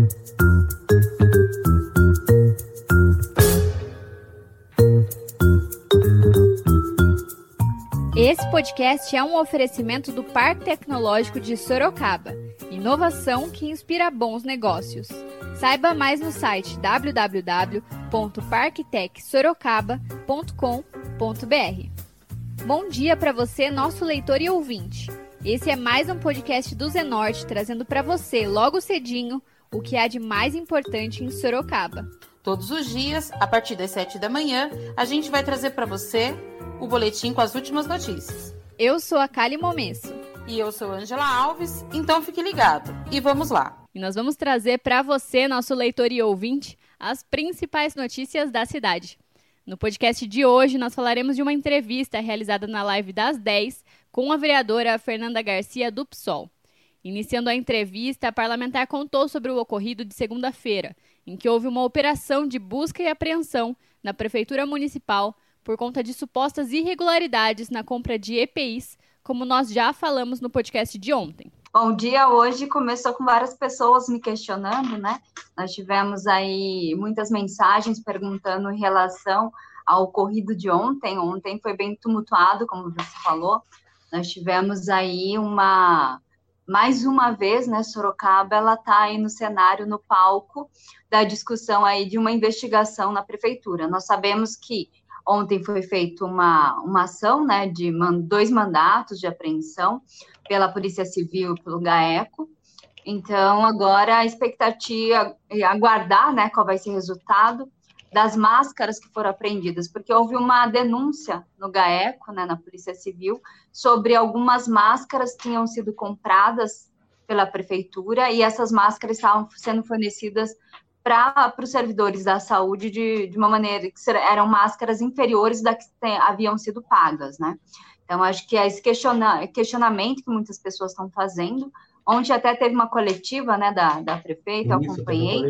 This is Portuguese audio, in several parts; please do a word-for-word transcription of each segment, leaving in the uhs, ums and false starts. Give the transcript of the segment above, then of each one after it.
Esse podcast é um oferecimento do Parque Tecnológico de Sorocaba. Inovação que inspira bons negócios. Saiba mais no site w w w ponto parktec sorocaba ponto com ponto b r. Bom dia para você, nosso leitor e ouvinte. Esse é mais um podcast do Zenorte, trazendo para você, logo cedinho, o que há de mais importante em Sorocaba. Todos os dias, a partir das sete da manhã, a gente vai trazer para você o boletim com as últimas notícias. Eu sou a Kali Momesso. E eu sou Ângela Alves, então fique ligado. E vamos lá. E nós vamos trazer para você, nosso leitor e ouvinte, as principais notícias da cidade. No podcast de hoje, nós falaremos de uma entrevista realizada na live das dez com a vereadora Fernanda Garcia do P SOL. Iniciando a entrevista, a parlamentar contou sobre o ocorrido de segunda-feira, em que houve uma operação de busca e apreensão na Prefeitura Municipal por conta de supostas irregularidades na compra de E P Is, como nós já falamos no podcast de ontem. Bom, o dia hoje começou com várias pessoas me questionando, né? Nós tivemos aí muitas mensagens perguntando em relação ao ocorrido de ontem. Ontem foi bem tumultuado, como você falou. Nós tivemos aí uma... Mais uma vez, né, Sorocaba, ela está aí no cenário, no palco da discussão aí de uma investigação na prefeitura. Nós sabemos que ontem foi feita uma, uma ação, né, de man, dois mandatos de apreensão pela Polícia Civil e pelo GAECO. Então, agora a expectativa é aguardar, né, qual vai ser o resultado das máscaras que foram apreendidas, porque houve uma denúncia no GAECO, né, na Polícia Civil, sobre algumas máscaras que tinham sido compradas pela prefeitura e essas máscaras estavam sendo fornecidas para os servidores da saúde de, de uma maneira que eram máscaras inferiores da que tem, haviam sido pagas, né? Então, acho que é esse questiona, questionamento que muitas pessoas estão fazendo. Ontem até teve uma coletiva, né, da, da prefeita, eu acompanhei,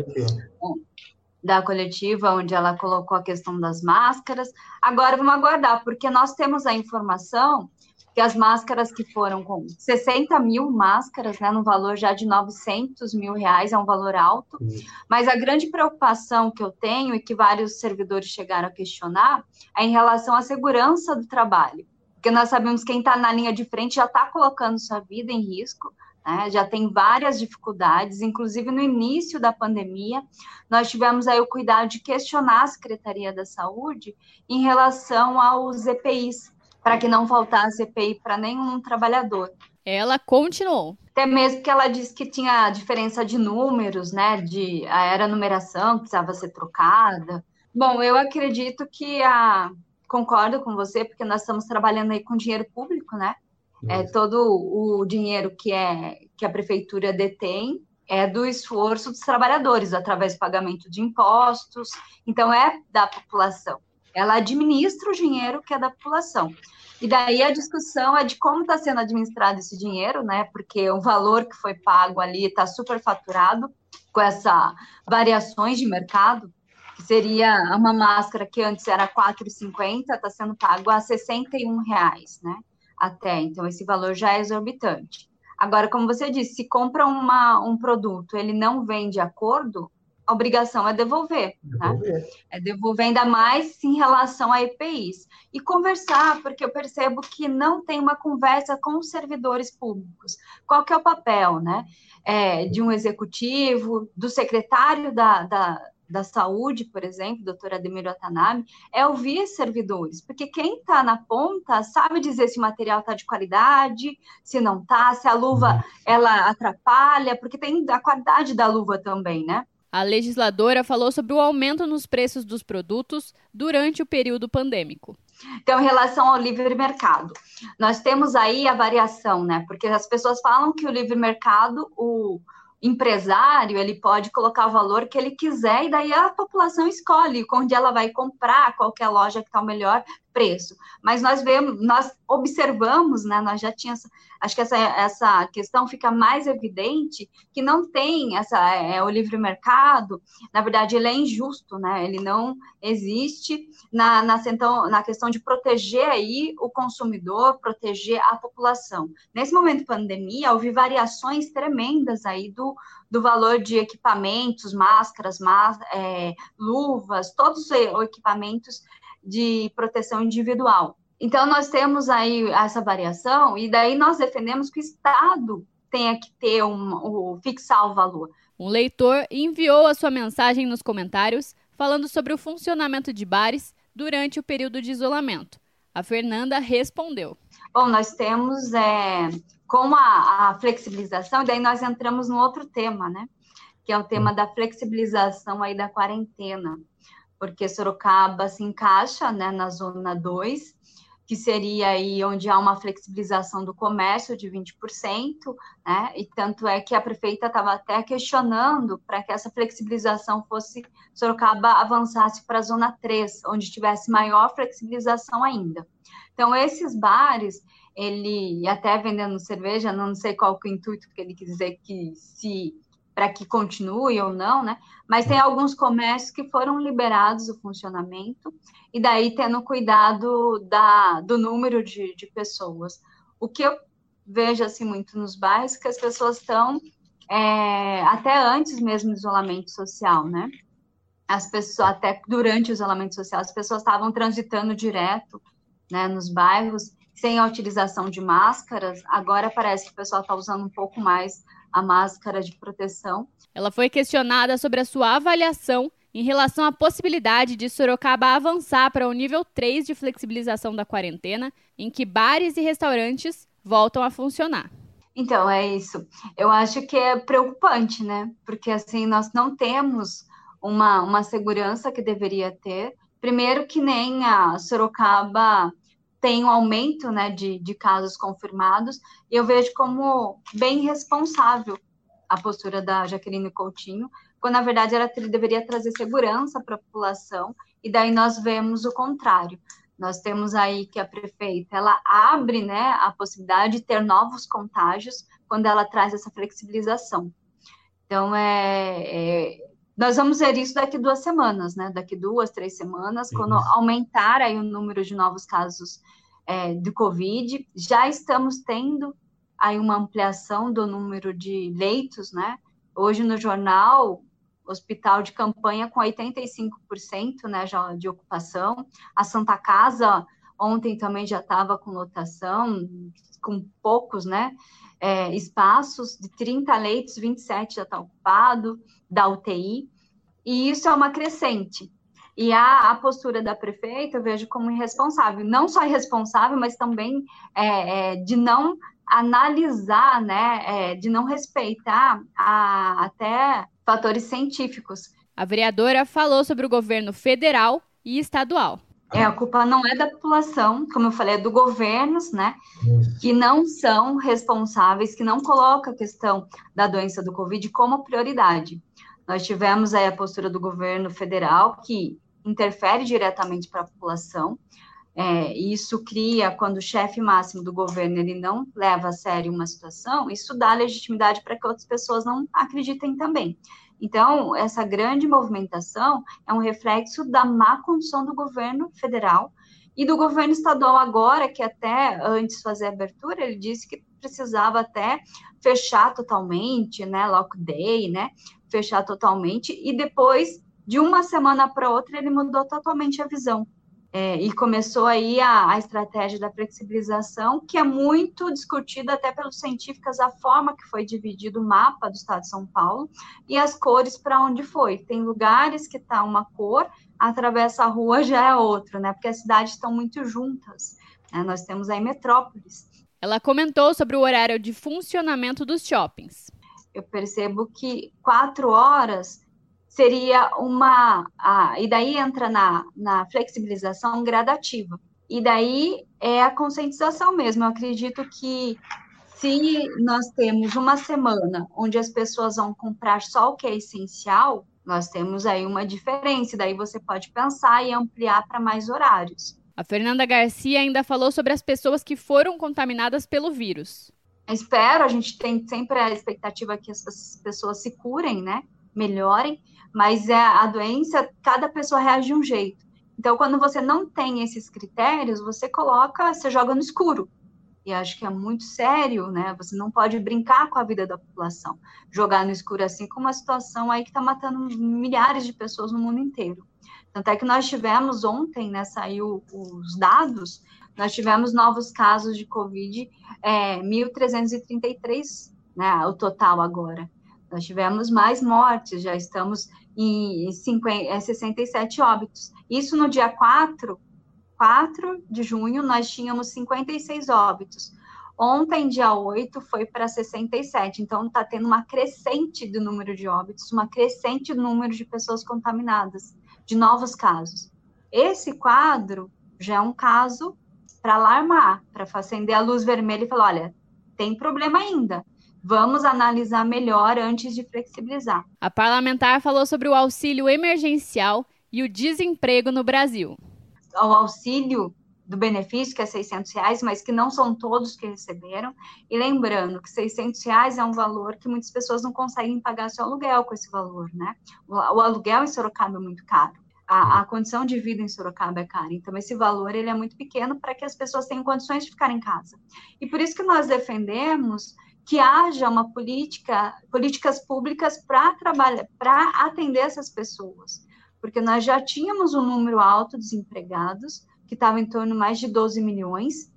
da coletiva, onde ela colocou a questão das máscaras. Agora, vamos aguardar, porque nós temos a informação que as máscaras que foram com sessenta mil máscaras, né, no valor já de novecentos mil reais, é um valor alto, uhum. Mas a grande preocupação que eu tenho e que vários servidores chegaram a questionar é em relação à segurança do trabalho, porque nós sabemos que quem está na linha de frente já está colocando sua vida em risco, né, já tem várias dificuldades, inclusive no início da pandemia, nós tivemos aí o cuidado de questionar a Secretaria da Saúde em relação aos E P Is, para que não faltasse E P I para nenhum trabalhador. Ela continuou. Até mesmo que ela disse que tinha diferença de números, né, de a era numeração, precisava ser trocada. Bom, eu acredito que a... Concordo com você, porque nós estamos trabalhando aí com dinheiro público, né? É, todo o dinheiro que, é, que a prefeitura detém é do esforço dos trabalhadores, através do pagamento de impostos, então é da população. Ela administra o dinheiro que é da população. E daí a discussão é de como está sendo administrado esse dinheiro, né? Porque o valor que foi pago ali está superfaturado com essas variações de mercado, que seria uma máscara que antes era quatro reais e cinquenta centavos, está sendo pago a sessenta e um reais, né? Até, então esse valor já é exorbitante. Agora, como você disse, se compra uma, um produto, ele não vem de acordo, a obrigação é devolver, devolver. Né? É devolver ainda mais em relação a E P Is. E conversar, porque eu percebo que não tem uma conversa com os servidores públicos. Qual que é o papel, né? É, de um executivo, do secretário da, da, da saúde, por exemplo, doutor Ademir Watanabe, é ouvir servidores, porque quem está na ponta sabe dizer se o material está de qualidade, se não está, se a luva ela atrapalha, porque tem a qualidade da luva também, né? A legisladora falou sobre o aumento nos preços dos produtos durante o período pandêmico. Então, em relação ao livre mercado, nós temos aí a variação, né? Porque as pessoas falam que o livre mercado, o empresário, ele pode colocar o valor que ele quiser e daí a população escolhe onde ela vai comprar, qual que é a loja que está o melhor preço, mas nós vemos, nós observamos, né, nós já tínhamos, acho que essa, essa questão fica mais evidente, que não tem essa, é, o livre mercado, na verdade, ele é injusto, né, ele não existe na, na, na questão de proteger aí o consumidor, proteger a população. Nesse momento de pandemia, houve variações tremendas aí do, do valor de equipamentos, máscaras, más, é, luvas, todos os equipamentos de proteção individual. Então, nós temos aí essa variação, e daí nós defendemos que o Estado tenha que ter um, um, fixar o valor. Um leitor enviou a sua mensagem nos comentários falando sobre o funcionamento de bares durante o período de isolamento. A Fernanda respondeu. Bom, nós temos, é, com a, a flexibilização, e daí nós entramos no outro tema, né? Que é o tema da flexibilização aí da quarentena, porque Sorocaba se encaixa, né, na zona dois, que seria aí onde há uma flexibilização do comércio de vinte por cento, né, e tanto é que a prefeita estava até questionando para que essa flexibilização fosse, Sorocaba avançasse para a zona três, onde tivesse maior flexibilização ainda. Então, esses bares, ele até vendendo cerveja, não sei qual que é o intuito, porque ele quis dizer que se... para que continue ou não, né? Mas tem alguns comércios que foram liberados o funcionamento, e daí tendo cuidado da, do número de, de pessoas. O que eu vejo, assim, muito nos bairros, que as pessoas estão, é, até antes mesmo do isolamento social, né? As pessoas, até durante o isolamento social, as pessoas estavam transitando direto, né, nos bairros, sem a utilização de máscaras. Agora parece que o pessoal está usando um pouco mais a máscara de proteção. Ela foi questionada sobre a sua avaliação em relação à possibilidade de Sorocaba avançar para o nível três de flexibilização da quarentena, em que bares e restaurantes voltam a funcionar. Então, é isso. Eu acho que é preocupante, né? Porque, assim, nós não temos uma, uma segurança que deveria ter. Primeiro que nem a Sorocaba tem um aumento, né, de, de casos confirmados, e eu vejo como bem irresponsável a postura da Jaqueline Coutinho, quando, na verdade, ela deveria trazer segurança para a população, e daí nós vemos o contrário. Nós temos aí que a prefeita, ela abre, né, a possibilidade de ter novos contágios quando ela traz essa flexibilização. Então, é, é, nós vamos ver isso daqui duas semanas, né? Daqui duas, três semanas, uhum. Quando aumentar aí o número de novos casos é, de Covid. Já estamos tendo aí uma ampliação do número de leitos, né? Hoje no jornal, hospital de campanha com oitenta e cinco por cento, né, já de ocupação. A Santa Casa ontem também já estava com lotação, com poucos, né, é, espaços, de trinta leitos, vinte e sete já está ocupado, da U T I, e isso é uma crescente. E a, a postura da prefeita eu vejo como irresponsável, não só irresponsável, mas também é, é, de não analisar, né, é, de não respeitar a, até fatores científicos. A vereadora falou sobre o governo federal e estadual. É, a culpa não é da população, como eu falei, é do governos, né, que não são responsáveis, que não colocam a questão da doença do Covid como prioridade. Nós tivemos aí a postura do governo federal, que interfere diretamente para a população. É, isso cria, quando o chefe máximo do governo ele não leva a sério uma situação, isso dá legitimidade para que outras pessoas não acreditem também. Então, essa grande movimentação é um reflexo da má condução do governo federal e do governo estadual agora, que até antes de fazer a abertura, ele disse que precisava até fechar totalmente, né, lock day, né, fechar totalmente, e depois, de uma semana para outra, ele mudou totalmente a visão. É, e começou aí a, a estratégia da flexibilização, que é muito discutida até pelos científicos, a forma que foi dividido o mapa do estado de São Paulo e as cores para onde foi. Tem lugares que está uma cor, atravessa a rua já é outra, né? Porque as cidades estão muito juntas, né? Nós temos aí metrópoles. Ela comentou sobre o horário de funcionamento dos shoppings. Eu percebo que quatro horas seria uma... A, e daí entra na, na flexibilização gradativa. E daí é a conscientização mesmo. Eu acredito que se nós temos uma semana onde as pessoas vão comprar só o que é essencial, nós temos aí uma diferença. Daí você pode pensar e ampliar para mais horários. A Fernanda Garcia ainda falou sobre as pessoas que foram contaminadas pelo vírus. Espero, a gente tem sempre a expectativa que as pessoas se curem, né, melhorem, mas é a doença, cada pessoa reage de um jeito. Então, quando você não tem esses critérios, você coloca, você joga no escuro. E acho que é muito sério, né? Você não pode brincar com a vida da população. Jogar no escuro assim como uma situação aí que está matando milhares de pessoas no mundo inteiro. Tanto é que nós tivemos ontem, né, saiu os dados, nós tivemos novos casos de Covid, é, mil trezentos e trinta e três, né, o total agora. Nós tivemos mais mortes, já estamos em cinquenta, sessenta e sete óbitos. Isso no dia quatro de junho, nós tínhamos cinquenta e seis óbitos. Ontem, dia oito, foi para sessenta e sete. Então, está tendo uma crescente do número de óbitos, uma crescente do número de pessoas contaminadas, de novos casos. Esse quadro já é um caso para alarmar, para acender a luz vermelha e falar, olha, tem problema ainda. Vamos analisar melhor antes de flexibilizar. A parlamentar falou sobre o auxílio emergencial e o desemprego no Brasil. O auxílio do benefício, que é seiscentos reais, mas que não são todos que receberam. E lembrando que seiscentos reais é um valor que muitas pessoas não conseguem pagar seu aluguel com esse valor, né? O, o aluguel em Sorocaba é muito caro. A, a condição de vida em Sorocaba é cara. Então, esse valor ele é muito pequeno para que as pessoas tenham condições de ficar em casa. E por isso que nós defendemos que haja uma política, políticas públicas para trabalhar, para atender essas pessoas. Porque nós já tínhamos um número alto de desempregados, que estava em torno de mais de doze milhões,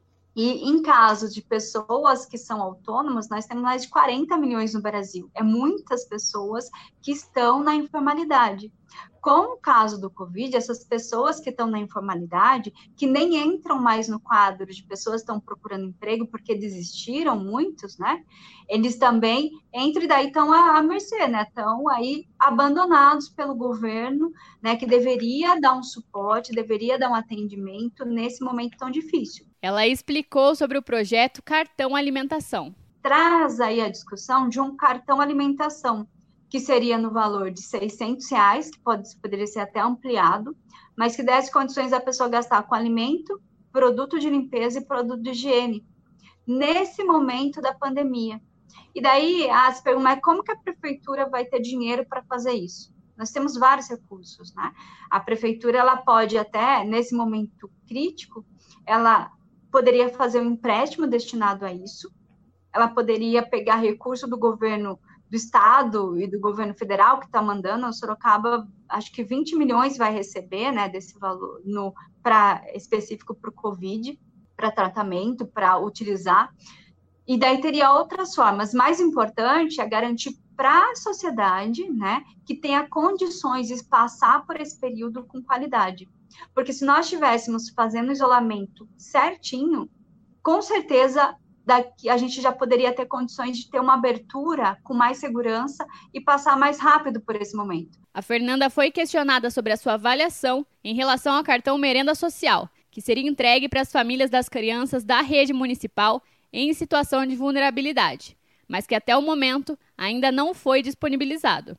e em caso de pessoas que são autônomas, nós temos mais de quarenta milhões no Brasil. É muitas pessoas que estão na informalidade. Com o caso do Covid, essas pessoas que estão na informalidade, que nem entram mais no quadro de pessoas que estão procurando emprego porque desistiram, muitos, né? Eles também entram e daí estão à, à mercê, né? Estão aí abandonados pelo governo, né? Que deveria dar um suporte, deveria dar um atendimento nesse momento tão difícil. Ela explicou sobre o projeto Cartão Alimentação. Traz aí a discussão de um cartão alimentação, que seria no valor de seiscentos reais, que pode, poderia ser até ampliado, mas que desse condições da pessoa gastar com alimento, produto de limpeza e produto de higiene, nesse momento da pandemia. E daí, as perguntas, mas como que a prefeitura vai ter dinheiro para fazer isso? Nós temos vários recursos, né? A prefeitura, ela pode até, nesse momento crítico, ela poderia fazer um empréstimo destinado a isso, ela poderia pegar recurso do governo do estado e do governo federal que está mandando, a Sorocaba, acho que vinte milhões vai receber, né, desse valor, no, pra, específico para o Covid, para tratamento, para utilizar, e daí teria outras formas. Mais importante é garantir para a sociedade, né, que tenha condições de passar por esse período com qualidade. Porque se nós estivéssemos fazendo isolamento certinho, com certeza daqui, a gente já poderia ter condições de ter uma abertura com mais segurança e passar mais rápido por esse momento. A Fernanda foi questionada sobre a sua avaliação em relação ao cartão Merenda Social, que seria entregue para as famílias das crianças da rede municipal em situação de vulnerabilidade, mas que até o momento ainda não foi disponibilizado.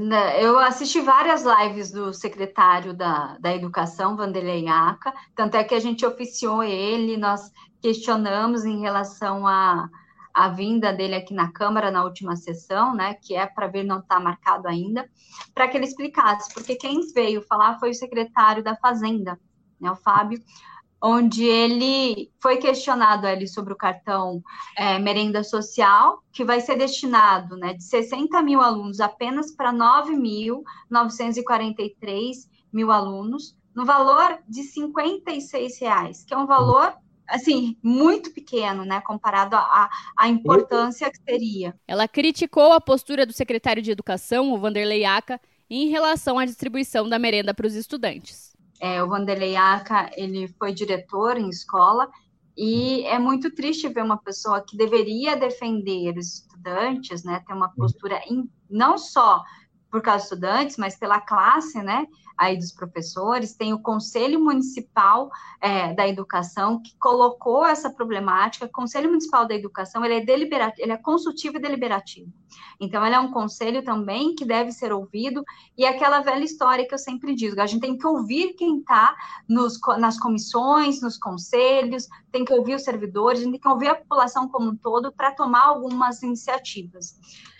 Eu assisti várias lives do secretário da, da Educação, Vanderlei Aca, tanto é que a gente oficiou ele, nós questionamos em relação à, à vinda dele aqui na Câmara na última sessão, né, que é para ver, não está marcado ainda, para que ele explicasse, porque quem veio falar foi o secretário da Fazenda, né, o Fábio, onde ele foi questionado ali sobre o cartão é, Merenda Social, que vai ser destinado, né, de sessenta mil alunos apenas para nove mil novecentos e quarenta e três mil alunos, no valor de cinquenta e seis reais, que é um valor, assim, muito pequeno, né, comparado à importância que teria. Ela criticou a postura do secretário de Educação, o Vanderlei Aca, em relação à distribuição da merenda para os estudantes. É, o Vanderlei Aca, ele foi diretor em escola e é muito triste ver uma pessoa que deveria defender os estudantes, né, ter uma postura em, não só por causa dos estudantes, mas pela classe, né, aí dos professores. Tem o Conselho Municipal é, da Educação, que colocou essa problemática. O Conselho Municipal da Educação, ele é deliberativo, ele é consultivo e deliberativo. Então, ele é um conselho também que deve ser ouvido, e é aquela velha história que eu sempre digo, a gente tem que ouvir quem está nas comissões, nos conselhos, tem que ouvir os servidores, a gente tem que ouvir a população como um todo para tomar algumas iniciativas.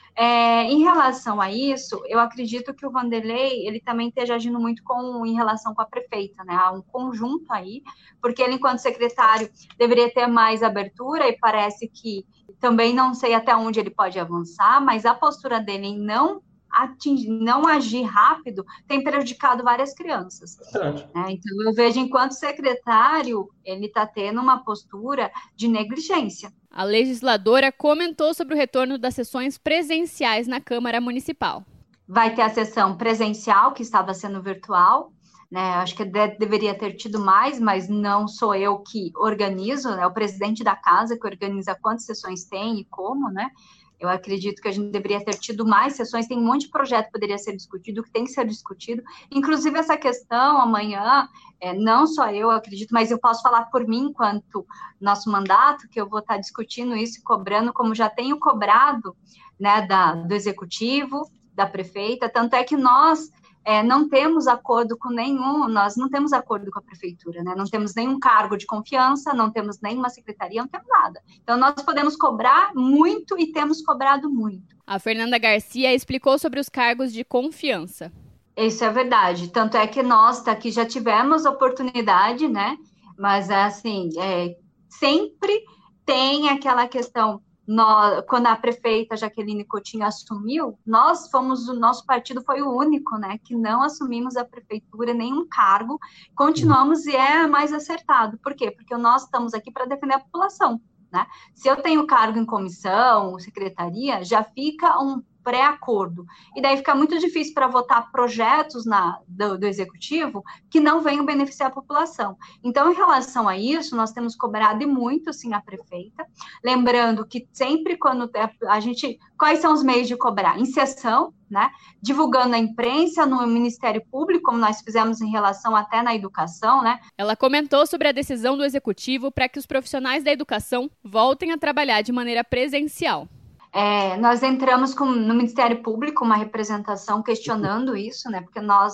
É, em relação a isso, eu acredito que o Vanderlei, ele também esteja agindo muito com, em relação com a prefeita, né, há um conjunto aí, porque ele, enquanto secretário, deveria ter mais abertura, e parece que também não sei até onde ele pode avançar, mas a postura dele em não atingir, não agir rápido, tem prejudicado várias crianças. Né? Então, eu vejo, enquanto secretário, ele está tendo uma postura de negligência. A legisladora comentou sobre o retorno das sessões presenciais na Câmara Municipal. Vai ter a sessão presencial, que estava sendo virtual, né? Acho que de- deveria ter tido mais, mas não sou eu que organizo, é o presidente da casa que organiza quantas sessões tem e como, né? Eu acredito que a gente deveria ter tido mais sessões, tem um monte de projeto que poderia ser discutido, que tem que ser discutido, inclusive essa questão amanhã, é, não só eu acredito, mas eu posso falar por mim, enquanto nosso mandato, que eu vou estar discutindo isso e cobrando, como já tenho cobrado, né, da, do executivo, da prefeita, tanto é que nós é, não temos acordo com nenhum, nós não temos acordo com a prefeitura, né? Não temos nenhum cargo de confiança, não temos nenhuma secretaria, não temos nada. Então, nós podemos cobrar muito e temos cobrado muito. A Fernanda Garcia explicou sobre os cargos de confiança. Isso é verdade, tanto é que nós aqui já tivemos oportunidade, né? Mas, assim, é, sempre tem aquela questão. Nós, quando a prefeita Jaqueline Coutinho assumiu, nós fomos, o nosso partido foi o único, né, que não assumimos a prefeitura, nenhum cargo, continuamos e é mais acertado. Por quê? Porque nós estamos aqui para defender a população, né? Se eu tenho cargo em comissão, secretaria, já fica um pré-acordo. E daí fica muito difícil para votar projetos na, do, do executivo que não venham beneficiar a população. Então, em relação a isso, nós temos cobrado e muito, sim, a prefeita. Lembrando que sempre quando a gente... Quais são os meios de cobrar? Em sessão, né? Divulgando na imprensa, no Ministério Público, como nós fizemos em relação até na educação, né? Ela comentou sobre a decisão do executivo para que os profissionais da educação voltem a trabalhar de maneira presencial. É, nós entramos com, no Ministério Público uma representação questionando isso, né? Porque nós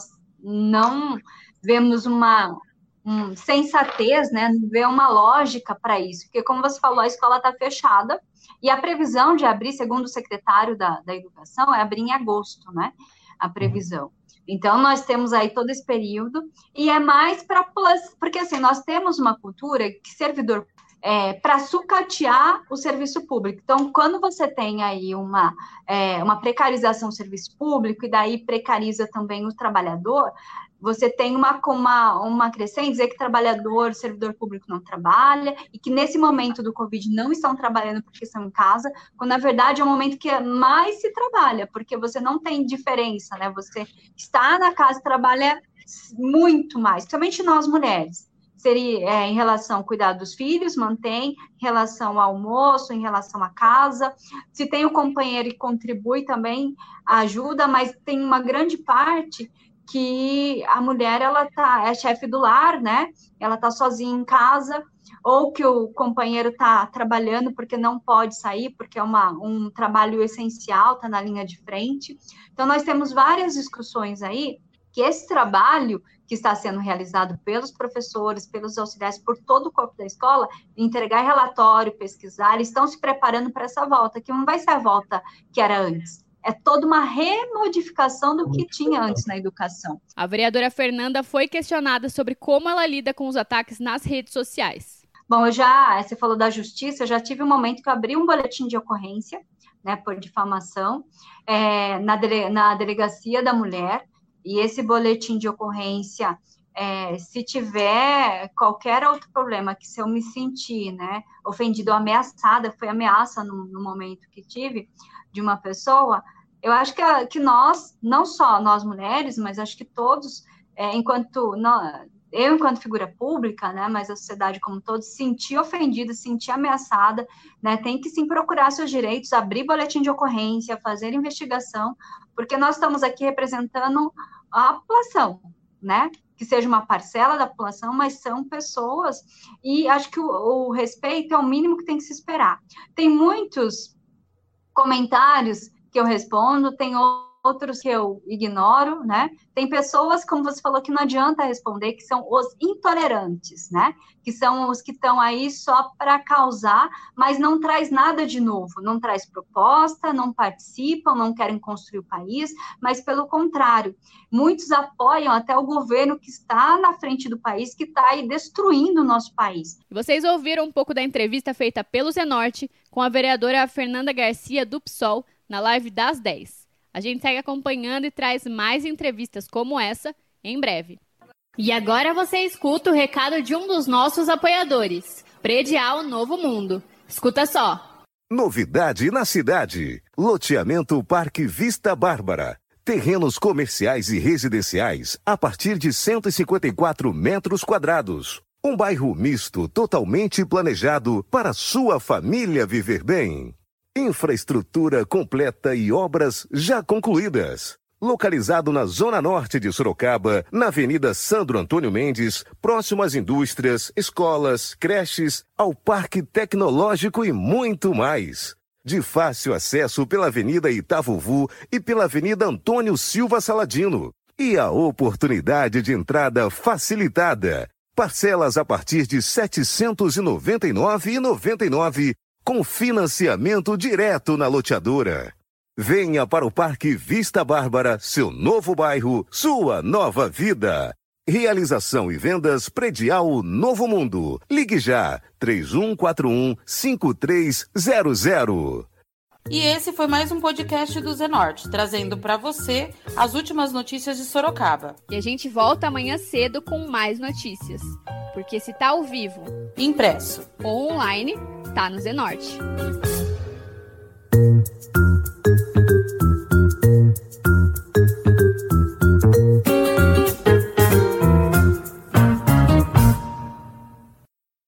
não vemos uma um, sensatez, né? Não vê uma lógica para isso. Porque, como você falou, a escola está fechada e a previsão de abrir, segundo o secretário da, da Educação, é abrir em agosto, né? A previsão. Então, nós temos aí todo esse período e é mais para... Porque, assim, nós temos uma cultura que servidor... É, para sucatear o serviço público. Então, quando você tem aí uma, é, uma precarização do serviço público, e daí precariza também o trabalhador, você tem uma, uma, uma crescente, dizer que trabalhador, servidor público não trabalha, e que nesse momento do Covid não estão trabalhando porque estão em casa, quando na verdade é o momento que mais se trabalha, porque você não tem diferença, né? Você está na casa e trabalha muito mais, principalmente nós mulheres. Seria é, em relação ao cuidado dos filhos, mantém, em relação ao almoço, em relação à casa. Se tem o companheiro que contribui também, ajuda, mas tem uma grande parte que a mulher, ela tá, é chefe do lar, né? Ela tá sozinha em casa, ou que o companheiro tá trabalhando porque não pode sair, porque é uma, um trabalho essencial, tá na linha de frente. Então, nós temos várias discussões aí, que esse trabalho que está sendo realizado pelos professores, pelos auxiliares, por todo o corpo da escola, entregar relatório, pesquisar, eles estão se preparando para essa volta, que não vai ser a volta que era antes. É toda uma remodificação do que tinha antes na educação. A vereadora Fernanda foi questionada sobre como ela lida com os ataques nas redes sociais. Bom, eu já, você falou da justiça, eu já tive um momento que eu abri um boletim de ocorrência, né, por difamação, é, na, dele, na delegacia da mulher. E esse boletim de ocorrência, é, se tiver qualquer outro problema, que se eu me sentir, né, ofendido ou ameaçada, foi ameaça no, no momento que tive de uma pessoa, eu acho que, a, que nós, não só nós mulheres, mas acho que todos, é, enquanto nós, eu enquanto figura pública, né, mas a sociedade como um todo, se sentir ofendida, se sentir ameaçada, né, tem que sim procurar seus direitos, abrir boletim de ocorrência, fazer investigação, porque nós estamos aqui representando a população, né, que seja uma parcela da população, mas são pessoas, e acho que o, o respeito é o mínimo que tem que se esperar. Tem muitos comentários que eu respondo, tem outros que eu ignoro, né? Tem pessoas, como você falou, que não adianta responder, que são os intolerantes, né? Que são os que estão aí só para causar, mas não traz nada de novo, não traz proposta, não participam, não querem construir o país, mas pelo contrário, muitos apoiam até o governo que está na frente do país, que está aí destruindo o nosso país. Vocês ouviram um pouco da entrevista feita pelo Zenorte com a vereadora Fernanda Garcia do P SOL na live das dez. A gente segue acompanhando e traz mais entrevistas como essa em breve. E agora você escuta o recado de um dos nossos apoiadores, Predial Novo Mundo. Escuta só. Novidade na cidade. Loteamento Parque Vista Bárbara. Terrenos comerciais e residenciais a partir de cento e cinquenta e quatro metros quadrados. Um bairro misto totalmente planejado para sua família viver bem. Infraestrutura completa e obras já concluídas. Localizado na zona norte de Sorocaba, na Avenida Sandro Antônio Mendes, próximo às indústrias, escolas, creches, ao Parque Tecnológico e muito mais. De fácil acesso pela Avenida Itavuvu e pela Avenida Antônio Silva Saladino. E a oportunidade de entrada facilitada. Parcelas a partir de setecentos e noventa e nove reais e noventa e nove centavos. Com financiamento direto na loteadora. Venha para o Parque Vista Bárbara, seu novo bairro, sua nova vida. Realização e vendas Predial Novo Mundo. Ligue já, três um quatro um, cinco três zero zero. E esse foi mais um podcast do Zenorte, trazendo para você as últimas notícias de Sorocaba. E a gente volta amanhã cedo com mais notícias. Porque se tá ao vivo, impresso ou online, tá no Zenorte.